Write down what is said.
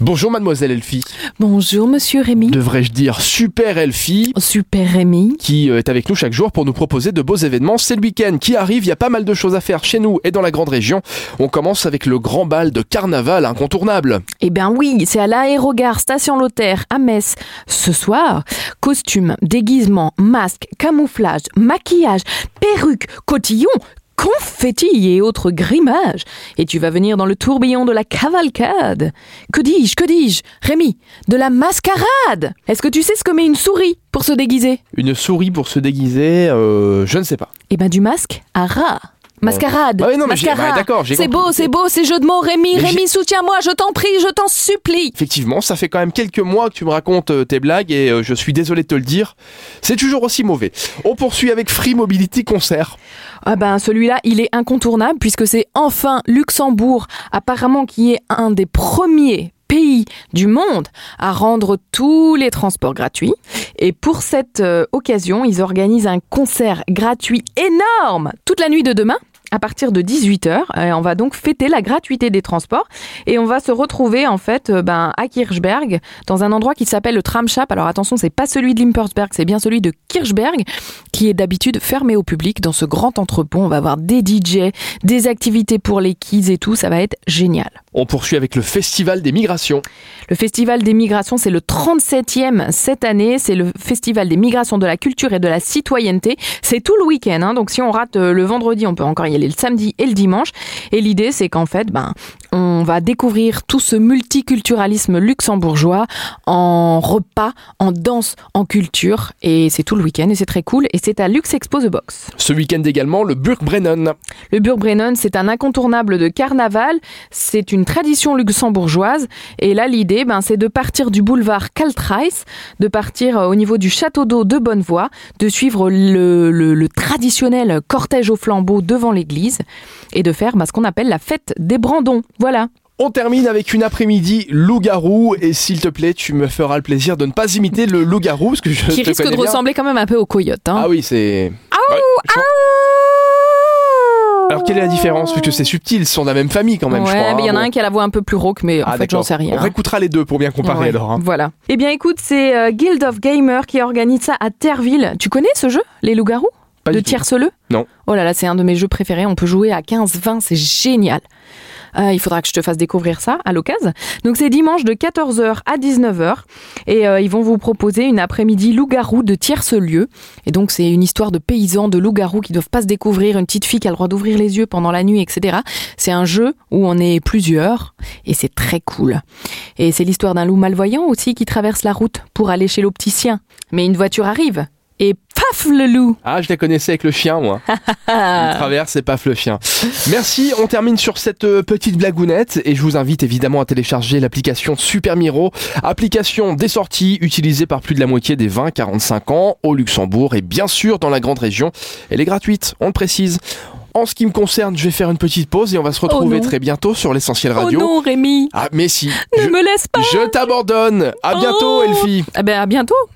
Bonjour mademoiselle Elfie. Bonjour monsieur Rémi. Devrais-je dire super Elfie, Super Rémi. qui est avec nous chaque jour pour nous proposer de beaux événements. C'est le week-end qui arrive, il y a pas mal de choses à faire chez nous et dans la grande région. On commence avec le grand bal de carnaval incontournable. Eh bien oui, c'est à l'Aérogare Station Lothaire à Metz. Ce soir, costumes, déguisements, masques, camouflage, maquillage, perruques, cotillons, confettis et autres grimages. Et tu vas venir dans le tourbillon de la cavalcade. Que dis-je, Rémi, de la mascarade. Est-ce que tu sais ce que met une souris pour se déguiser ? Une souris pour se déguiser, je ne sais pas. Eh ben du masque à rat. Mascarade. Ah oui, non, mais mascarade. d'accord, j'ai C'est compris. beau, c'est jeu de mots, Rémi. Mais Rémi, soutiens-moi, je t'en prie, je t'en supplie. Effectivement, ça fait quand même quelques mois que tu me racontes tes blagues et je suis désolé de te le dire. C'est toujours aussi mauvais. On poursuit avec Free Mobility Concert. Ah ben celui-là, il est incontournable puisque c'est enfin Luxembourg, apparemment qui est un des premiers pays du monde à rendre tous les transports gratuits. Et pour cette occasion, ils organisent un concert gratuit énorme toute la nuit de demain. À partir de 18h, on va donc fêter la gratuité des transports et on va se retrouver en fait à Kirchberg dans un endroit qui s'appelle le Tramshap. Alors attention, c'est pas celui de Limpersberg, c'est bien celui de Kirchberg qui est d'habitude fermé au public. Dans ce grand entrepôt, on va avoir des DJ, des activités pour les kids et tout, ça va être génial. On poursuit avec le Festival des Migrations. Le Festival des Migrations, c'est le 37e cette année. C'est le Festival des Migrations, de la culture et de la citoyenneté. C'est tout le week-end, hein. Donc si on rate le vendredi, on peut encore y aller le samedi et le dimanche. Et l'idée, c'est qu'en fait, on va découvrir tout ce multiculturalisme luxembourgeois en repas, en danse, en culture. Et c'est tout le week-end et c'est très cool. Et c'est à Lux Expo The Box. Ce week-end également, le Burgbrennen. Le Burgbrennen, c'est un incontournable de carnaval. C'est une tradition luxembourgeoise. Et là, l'idée, c'est de partir du boulevard Kaltreis, de partir au niveau du château d'eau de Bonnevoie, de suivre le traditionnel cortège au flambeau devant l'église et de faire ce qu'on appelle la fête des Brandons. Voilà. On termine avec une après-midi loup-garou et s'il te plaît, tu me feras le plaisir de ne pas imiter le loup-garou parce que je qui te risque connais de bien. ressembler quand même un peu au coyote. Hein. Ah oui, c'est... Alors quelle est la différence puisque c'est subtil, ils sont de la même famille quand même, je crois. Mais il y en a Bon. un qui a la voix un peu plus rauque, mais en fait d'accord. j'en sais rien. On réécoutera les deux pour bien comparer alors. Hein. Voilà. Eh bien écoute, c'est Guild of Gamers qui organise ça à Terreville. Tu connais ce jeu, les loups-garous Pas de du tout. Tierceleux ? Non. Oh là là, c'est un de mes jeux préférés. On peut jouer à 15-20, c'est génial. Il faudra que je te fasse découvrir ça à l'occasion. Donc c'est dimanche de 14h à 19h et ils vont vous proposer une après-midi loup-garou de Tiercelieu. Et donc c'est une histoire de paysans, de loups-garous qui doivent pas se découvrir, une petite fille qui a le droit d'ouvrir les yeux pendant la nuit, etc. C'est un jeu où on est plusieurs et c'est très cool. Et c'est l'histoire d'un loup malvoyant aussi qui traverse la route pour aller chez l'opticien. Mais une voiture arrive et paf le loup. Ah, je la connaissais avec le chien, moi. Il traverse et paf le chien. Merci, on termine sur cette petite blagounette et je vous invite évidemment à télécharger l'application Super Miro, application des sorties utilisée par plus de la moitié des 20-45 ans au Luxembourg et bien sûr dans la grande région. Elle est gratuite, on le précise. En ce qui me concerne, je vais faire une petite pause et on va se retrouver très bientôt sur l'Essentiel Radio. Oh non, Rémi. Ah, mais si. Ne me laisse pas. Je t'abandonne. À bientôt, Elfie. À bientôt.